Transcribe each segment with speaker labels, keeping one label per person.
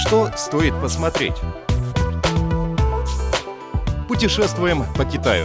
Speaker 1: Что стоит посмотреть? Путешествуем по Китаю.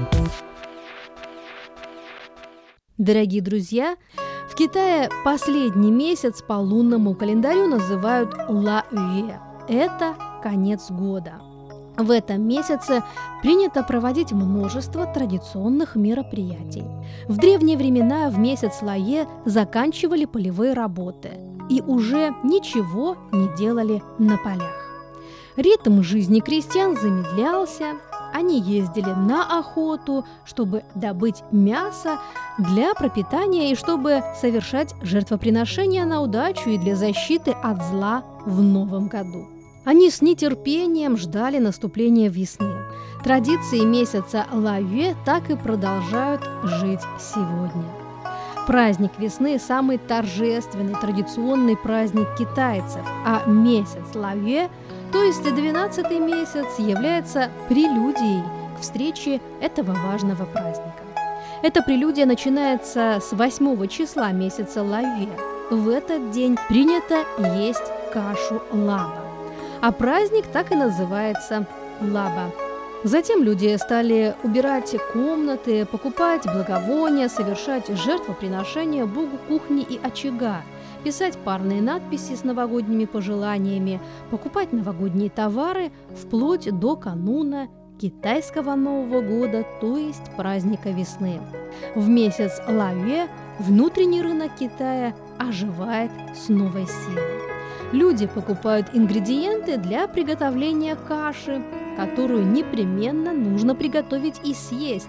Speaker 2: Дорогие друзья, в Китае последний месяц по лунному календарю называют Ла-Юэ. Это конец года. В этом месяце принято проводить множество традиционных мероприятий. В древние времена в месяц Ла-Юэ заканчивали полевые работы и уже ничего не делали на полях. Ритм жизни крестьян замедлялся, они ездили на охоту, чтобы добыть мясо для пропитания и чтобы совершать жертвоприношения на удачу и для защиты от зла в новом году. Они с нетерпением ждали наступления весны. Традиции месяца Ла-Юэ так и продолжают жить сегодня. Праздник весны – самый торжественный, традиционный праздник китайцев, а месяц Ла-Юэ, то есть 12-й месяц, является прелюдией к встрече этого важного праздника. Эта прелюдия начинается с 8 числа месяца Ла-Юэ. В этот день принято есть кашу лаба, а праздник так и называется лаба. Затем люди стали убирать комнаты, покупать благовония, совершать жертвоприношения богу кухни и очага, писать парные надписи с новогодними пожеланиями, покупать новогодние товары вплоть до кануна китайского Нового года, то есть праздника весны. В месяц Ла-Юэ внутренний рынок Китая оживает с новой силой. Люди покупают ингредиенты для приготовления каши, которую непременно нужно приготовить и съесть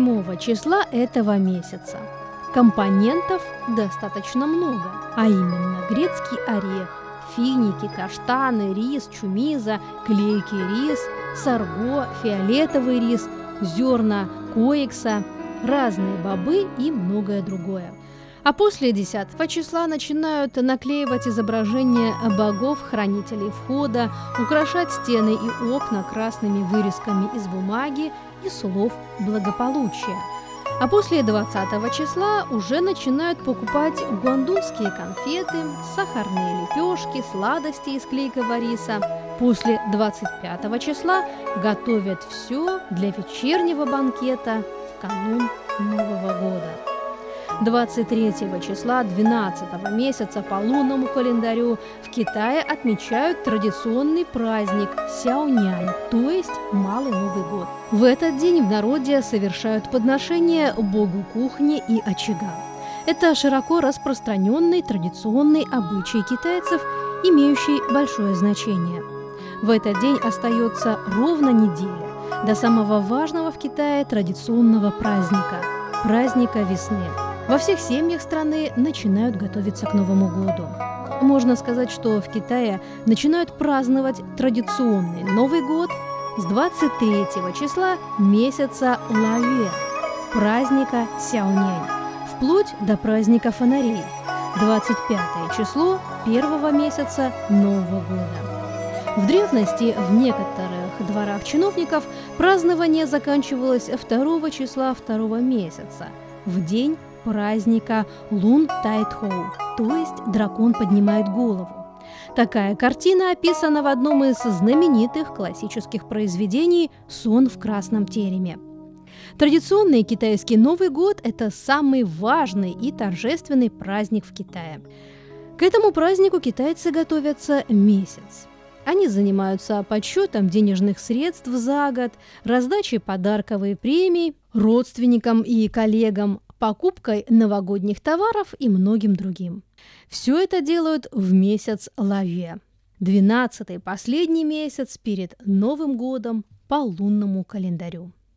Speaker 2: 8 числа этого месяца. Компонентов достаточно много, а именно грецкий орех, финики, каштаны, рис, чумиза, клейкий рис, сарго, фиолетовый рис, зерна коекса, разные бобы и многое другое. А после 10 числа начинают наклеивать изображения богов-хранителей входа, украшать стены и окна красными вырезками из бумаги и слов благополучия. А после 20 числа уже начинают покупать гуандунские конфеты, сахарные лепешки, сладости из клейкого риса. После 25 числа готовят все для вечернего банкета в канун Нового года. 23 числа 12 месяца по лунному календарю в Китае отмечают традиционный праздник Сяонянь, то есть Малый Новый год. В этот день в народе совершают подношения богу кухни и очага. Это широко распространенный традиционный обычай китайцев, имеющий большое значение. В этот день остается ровно неделя до самого важного в Китае традиционного праздника – праздника весны. Во всех семьях страны начинают готовиться к Новому году. Можно сказать, что в Китае начинают праздновать традиционный Новый год с 23 числа месяца Ла-Юэ, праздника Сяонянь, вплоть до праздника фонарей, 25 число первого месяца Нового года. В древности в некоторых дворах чиновников празднование заканчивалось 2 числа 2 месяца, в день праздника Лун Тайтхоу, то есть дракон поднимает голову. Такая картина описана в одном из знаменитых классических произведений «Сон в красном тереме». Традиционный китайский Новый год – это самый важный и торжественный праздник в Китае. К этому празднику китайцы готовятся месяц. Они занимаются подсчетом денежных средств за год, раздачей подарков и премий родственникам и коллегам, покупкой новогодних товаров и многим другим. Все это делают в месяц Ла-Юэ, 12-й последний месяц перед Новым годом по лунному календарю.